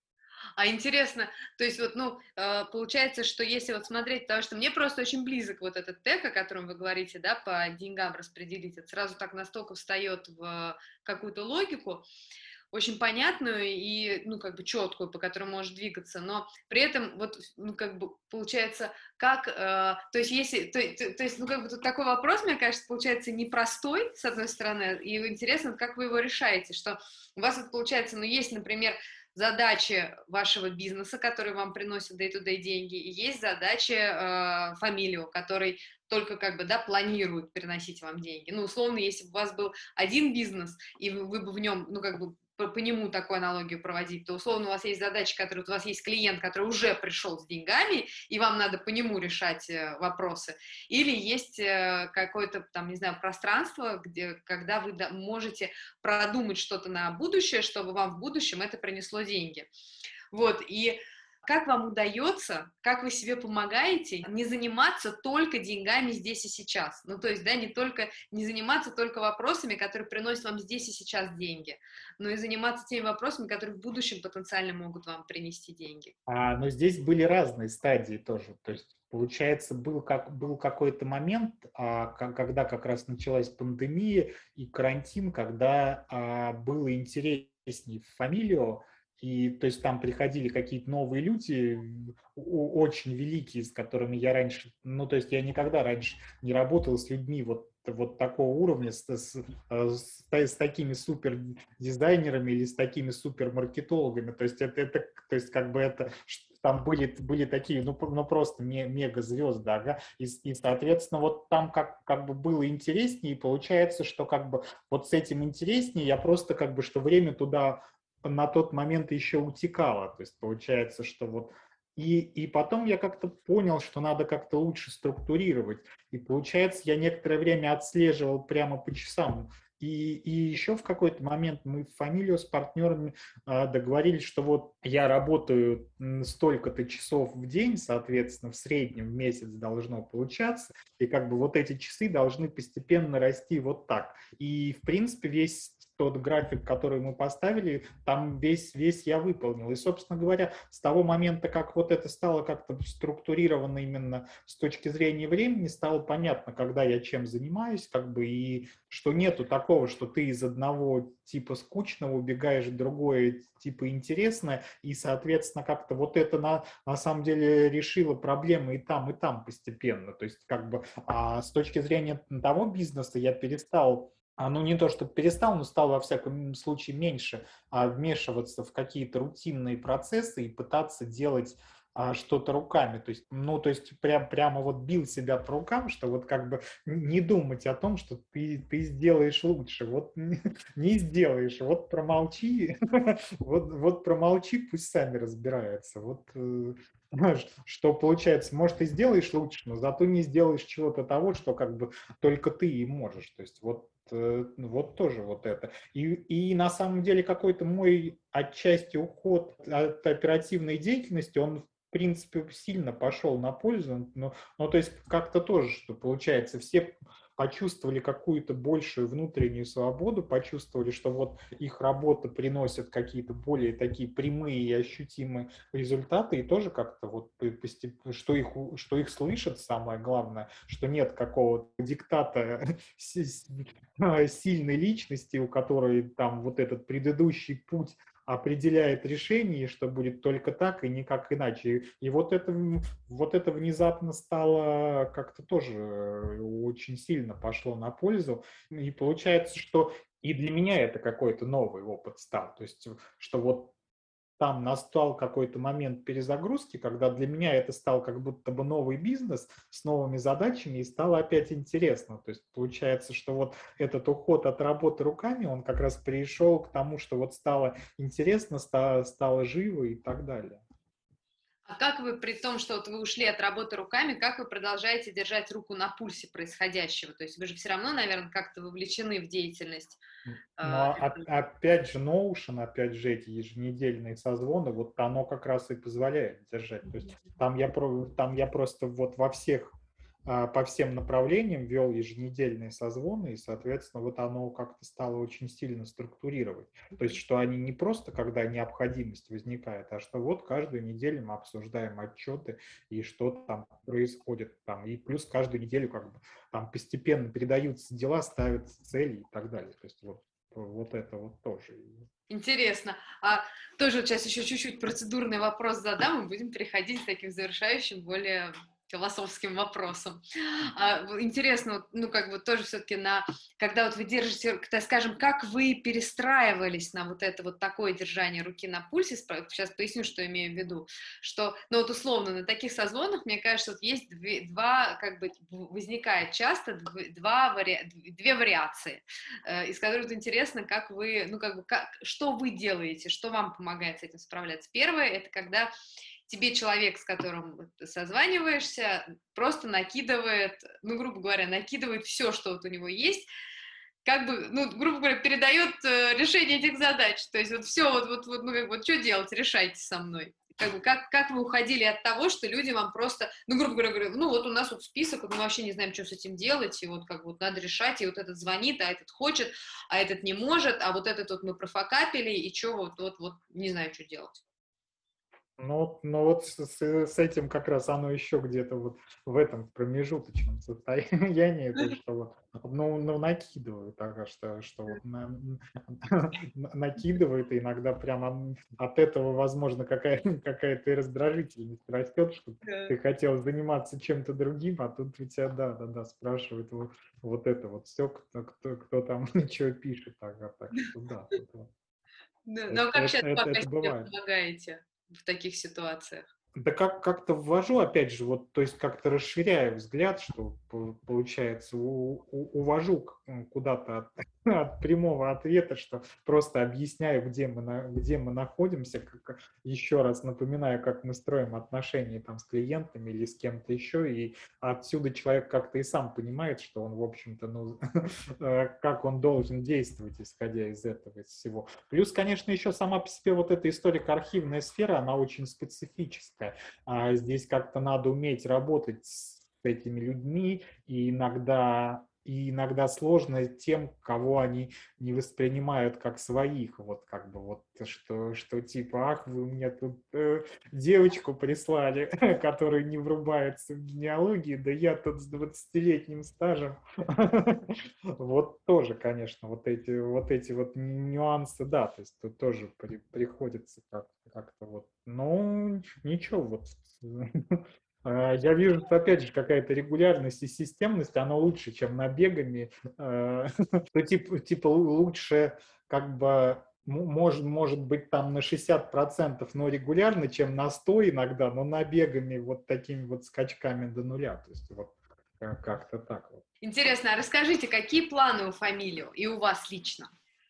S1: А интересно, то есть вот, ну, получается, что если вот смотреть, потому что мне просто очень близок вот этот тег, о котором вы говорите, да, по деньгам распределить, это сразу так настолько встает в какую-то логику, очень понятную и, ну, как бы четкую, по которой можешь двигаться, но при этом вот, ну, как бы получается, как, то есть если, то есть, ну, как бы тут такой вопрос, мне кажется, получается непростой, с одной стороны, и интересно, как вы его решаете, что у вас вот получается, ну, есть, например, задачи вашего бизнеса, которые вам приносят day-to-day деньги, и есть задачи фамилию, который только как бы, да, планирует переносить вам деньги. Ну, условно, если бы у вас был один бизнес, и вы бы в нем, ну, как бы, по нему такую аналогию проводить, то, условно, у вас есть задачи, которые, у вас есть клиент, который уже пришел с деньгами, и вам надо по нему решать вопросы, или есть какое-то, там, не знаю, пространство, где, когда вы можете продумать что-то на будущее, чтобы вам в будущем это принесло деньги. Вот, и как вам удается, как вы себе помогаете не заниматься только деньгами здесь и сейчас? Ну, то есть, да, не заниматься только вопросами, которые приносят вам здесь и сейчас деньги, но и заниматься теми вопросами, которые в будущем потенциально могут вам принести деньги.
S2: Но здесь были разные стадии тоже. То есть, получается, был какой-то момент, когда как раз началась пандемия и карантин, когда было интереснее в фамилию, и то есть там приходили какие-то новые люди, очень великие, с которыми я раньше, ну то есть я никогда раньше не работал с людьми вот такого уровня, с такими супер дизайнерами или с такими супер маркетологами. То есть то есть как бы это там были такие, ну просто мега звезды, ага, и соответственно вот там как бы было интереснее, и получается, что как бы вот с этим интереснее, я просто как бы, что время туда на тот момент еще утекало, то есть получается, что вот и потом я как-то понял, что надо как-то лучше структурировать. И получается, я некоторое время отслеживал прямо по часам. И еще в какой-то момент мы в фамилию с партнерами договорились, что вот я работаю столько-то часов в день, соответственно, в среднем в месяц должно получаться, и как бы вот эти часы должны постепенно расти вот так. И, в принципе, весь тот график, который мы поставили, там весь я выполнил. И, собственно говоря, с того момента, как вот это стало как-то структурировано именно с точки зрения времени, стало понятно, когда я чем занимаюсь, как бы, и что нету такого, что ты из одного типа скучного убегаешь в другое типа интересное, и, соответственно, как-то вот это на самом деле решило проблемы и там постепенно. То есть, как бы, с точки зрения того бизнеса я перестал ну не то, что перестал, но стал во всяком случае меньше вмешиваться в какие-то рутинные процессы и пытаться делать что-то руками. То есть, ну, то есть прямо вот бил себя по рукам, что вот как бы не думать о том, что ты сделаешь лучше. Вот не сделаешь, вот промолчи, вот промолчи, пусть сами разбираются. Вот что получается, может, и сделаешь лучше, но зато не сделаешь чего-то того, что как бы только ты и можешь. То есть вот тоже вот это. И на самом деле какой-то мой отчасти уход от оперативной деятельности, он в принципе сильно пошел на пользу, но то есть как-то тоже, что получается, все почувствовали какую-то большую внутреннюю свободу, почувствовали, что вот их работа приносит какие-то более такие прямые и ощутимые результаты, и тоже как-то вот что их слышат, самое главное, что нет какого-то диктата сильной личности, у которой там вот этот предыдущий путь определяет решение, что будет только так и никак иначе. И вот это внезапно стало как-то тоже очень сильно пошло на пользу. И получается, что и для меня это какой-то новый опыт стал. То есть, что вот там настал какой-то момент перезагрузки, когда для меня это стал как будто бы новый бизнес с новыми задачами, и стало опять интересно. То есть получается, что вот этот уход от работы руками, он как раз пришел к тому, что вот стало интересно, стало живо и так далее.
S1: А как вы, при том, что вот вы ушли от работы руками, как вы продолжаете держать руку на пульсе происходящего? То есть вы же все равно, наверное, как-то вовлечены в деятельность.
S2: Но опять же Notion, опять же эти еженедельные созвоны, вот оно как раз и позволяет держать. То есть там я просто вот по всем направлениям вел еженедельные созвоны, и, соответственно, вот оно как-то стало очень сильно структурировать. То есть, что они не просто, когда необходимость возникает, а что вот каждую неделю мы обсуждаем отчеты и что там происходит там. И плюс каждую неделю как бы там постепенно передаются дела, ставятся цели и так далее. То есть вот это вот тоже.
S1: Интересно. А тоже вот сейчас еще чуть-чуть процедурный вопрос задам, и будем переходить к таким завершающим, более философским вопросам. Интересно, вот, ну, как бы тоже все-таки когда вот вы держите, так скажем, как вы перестраивались на вот это вот такое держание руки на пульсе, сейчас поясню, что имею в виду, что, ну, вот условно, на таких созвонах, мне кажется, вот есть как бы, возникает часто две вариации, из которых вот интересно, как вы, ну, как бы, что вы делаете, что вам помогает с этим справляться. Первое, это когда тебе человек, с которым ты созваниваешься, просто накидывает, ну, грубо говоря, накидывает все, что вот у него есть, как бы, ну, грубо говоря, передает решение этих задач. То есть вот все, ну, как бы, вот что делать, решайте со мной. Как бы, как вы уходили от того, что люди вам просто, ну, грубо говоря, ну, вот у нас вот список, вот мы вообще не знаем, что с этим делать, и вот как бы вот надо решать, и вот этот звонит, а этот хочет, а этот не может, а вот этот вот мы профокапили, и что вот не знаю, что делать.
S2: Ну вот с этим как раз оно еще где-то вот в этом промежуточном состоянии, то есть что вот, ну накидывают, ага, что вот накидывает, и иногда прям от этого, возможно, какая-то и раздражительность растет, что ты хотел заниматься чем-то другим, а тут у тебя, да, спрашивают вот это вот все, кто там что пишет, ага, так что да.
S1: Да,
S2: То
S1: ну, а
S2: есть
S1: как сейчас пока
S2: это
S1: себе
S2: бывает.
S1: помогаете в таких ситуациях?
S2: Да как-то ввожу, опять же, вот, то есть как-то расширяю взгляд, что получается, увожу куда-то от, от прямого ответа, что просто объясняю, где мы находимся, еще раз напоминаю, как мы строим отношения там с клиентами или с кем-то еще, и отсюда человек как-то и сам понимает, что он, в общем-то, ну, как он должен действовать, исходя из этого, из всего. Плюс, конечно, еще сама по себе вот эта историко-архивная сфера, она очень специфическая. Здесь как-то надо уметь работать с этими людьми, и иногда сложно тем, кого они не воспринимают как своих. Вот как бы вот что типа, ах, вы мне тут девочку прислали, которая не врубается в генеалогии, да я тут с 20-летним стажем. Вот тоже, конечно, вот эти вот нюансы, да, то есть тут тоже приходится как-то вот, ну, ничего, вот. Я вижу, что, опять же, какая-то регулярность и системность, она лучше, чем набегами. Что типа лучше как бы может быть там на 60%, но регулярно, чем на 100 иногда, но набегами вот такими вот скачками до нуля. То есть вот как-то так вот.
S1: Интересно, а расскажите, какие планы у фамилии и у вас лично?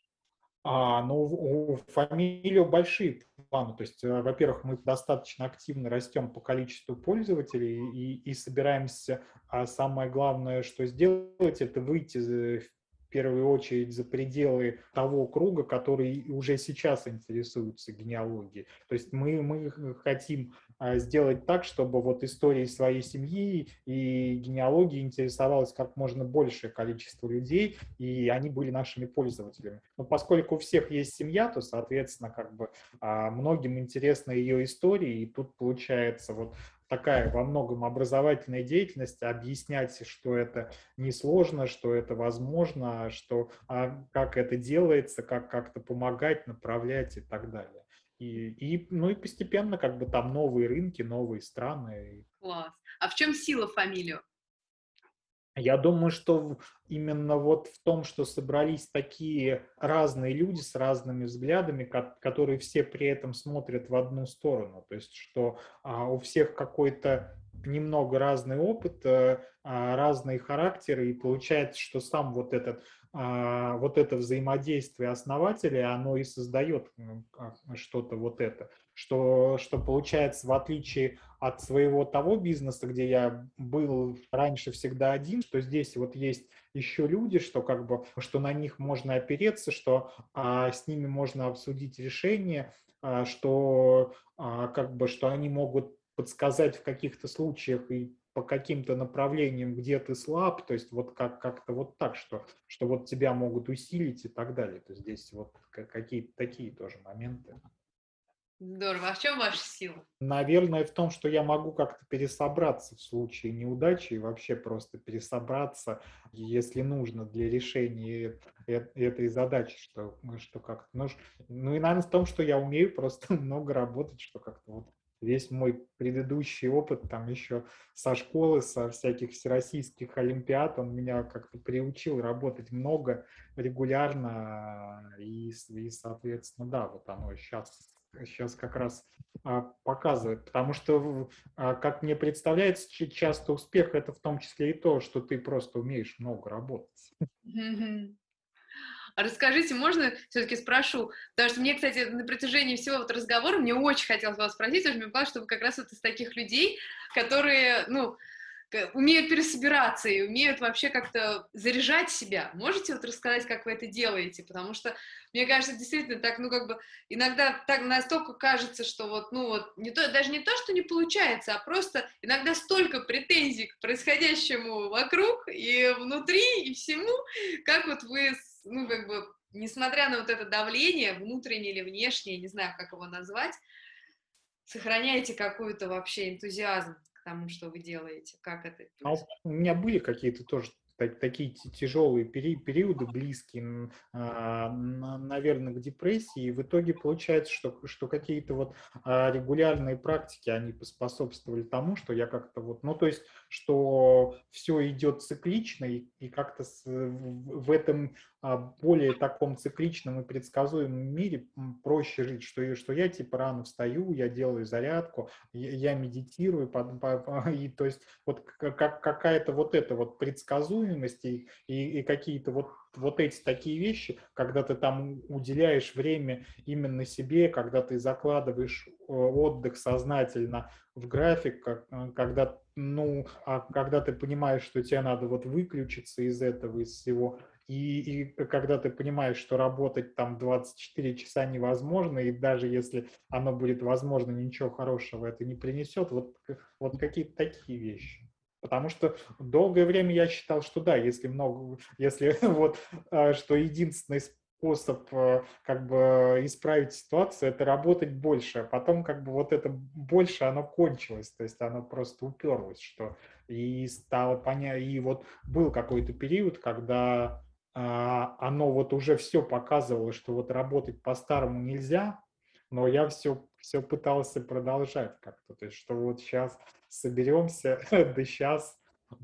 S2: Ну, у фамилии большие планы. То есть, во-первых, мы достаточно активно растем по количеству пользователей и собираемся, самое главное, что сделать, это выйти в первую очередь за пределы того круга, который уже сейчас интересуется генеалогией. То есть мы хотим сделать так, чтобы вот историей своей семьи и генеалогией интересовалось как можно большее количество людей, и они были нашими пользователями. Но поскольку у всех есть семья, то, соответственно, как бы многим интересна ее история, и тут получается вот такая во многом образовательная деятельность, объяснять, что это несложно, что это возможно, как это делается, как как-то помогать, направлять и так далее. Ну и постепенно как бы там новые рынки, новые страны.
S1: Класс. А в чем сила фамилии?
S2: Я думаю, что именно вот в том, что собрались такие разные люди с разными взглядами, которые все при этом смотрят в одну сторону. То есть, что у всех какой-то немного разный опыт, разные характеры, и получается, что сам вот это взаимодействие основателей, оно и создает что-то вот это. Что получается, в отличие от своего того бизнеса, где я был раньше всегда один, что здесь вот есть еще люди, что как бы, что на них можно опереться, что с ними можно обсудить решение, как бы, что они могут подсказать в каких-то случаях и по каким-то направлениям, где ты слаб, то есть вот как-то вот так, что вот тебя могут усилить и так далее. То есть здесь вот какие-то такие тоже моменты.
S1: Здорово. А в чем ваша сила?
S2: Наверное, в том, что я могу как-то пересобраться в случае неудачи и вообще просто пересобраться, если нужно для решения этой задачи, что как-то. Ну и, наверное, в том, что я умею просто много работать, что как-то вот весь мой предыдущий опыт, там еще со школы, со всяких всероссийских олимпиад, он меня как-то приучил работать много, регулярно, соответственно, да, вот оно сейчас как раз показывает, потому что, как мне представляется, часто успех это в том числе и то, что ты просто умеешь много работать.
S1: Мгм. А расскажите, можно все-таки спрошу, потому что мне, кстати, на протяжении всего вот разговора мне очень хотелось вас спросить, потому что мне показалось, что вы как раз вот из таких людей, которые, ну, умеют пересобираться и умеют вообще как-то заряжать себя. Можете вот рассказать, как вы это делаете? Потому что, мне кажется, действительно так, ну, как бы, иногда так настолько кажется, что вот, ну, вот, даже не то, что не получается, а просто иногда столько претензий к происходящему вокруг и внутри, и всему, как вот вы, ну, как бы, несмотря на вот это давление, внутреннее или внешнее, не знаю, как его назвать, сохраняете какой-то вообще энтузиазм к тому, что вы делаете? Как это
S2: Но
S1: происходит?
S2: у меня были какие-то тоже такие тяжелые периоды, близкие, наверное, к депрессии. И в итоге получается, что какие-то вот регулярные практики, они поспособствовали тому, что я как-то вот, ну, то есть, что все идет циклично, и как-то в этом более таком цикличном и предсказуемом мире проще жить, что я типа рано встаю, я делаю зарядку, я медитирую, и то есть вот какая-то вот эта вот предсказуемость и какие-то вот эти такие вещи, когда ты там уделяешь время именно себе, когда ты закладываешь отдых сознательно в график, когда, ну, когда ты понимаешь, что тебе надо вот выключиться из этого, из всего, и когда ты понимаешь, что работать там 24 часа невозможно, и даже если оно будет возможно, ничего хорошего это не принесет, вот какие-то такие вещи. Потому что долгое время я считал, что да, если вот, что единственный способ как бы исправить ситуацию, это работать больше, а потом как бы вот это больше, оно кончилось, то есть оно просто уперлось, что и стало понятно, и вот был какой-то период, когда оно вот уже все показывало, что вот работать по-старому нельзя, но я все пытался продолжать как-то, то есть что вот сейчас соберемся, да сейчас,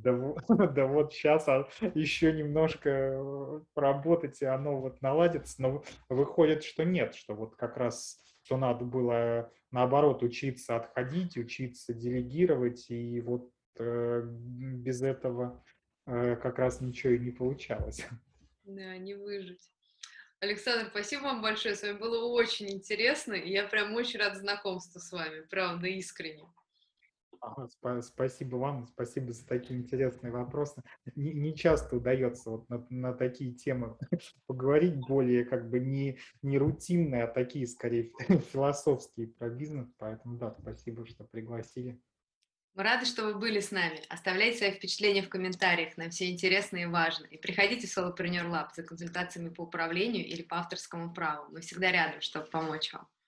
S2: да вот сейчас еще немножко поработать, и оно вот наладится, но выходит, что нет, что вот как раз, что надо было наоборот учиться отходить, учиться делегировать, и вот без этого как раз ничего и не получалось.
S1: Да, не выжить. Александр, спасибо вам большое. С вами было очень интересно, и я прям очень рада знакомству с вами, правда, искренне.
S2: Ага, спасибо вам, спасибо за такие интересные вопросы. Не часто удается вот на такие темы поговорить, более как бы не рутинные, а такие скорее философские про бизнес. Поэтому да, спасибо, что пригласили.
S1: Мы рады, что вы были с нами. Оставляйте свои впечатления в комментариях, нам все интересно и важно. И приходите в Solopreneur Lab за консультациями по управлению или по авторскому праву. Мы всегда рядом, чтобы помочь вам.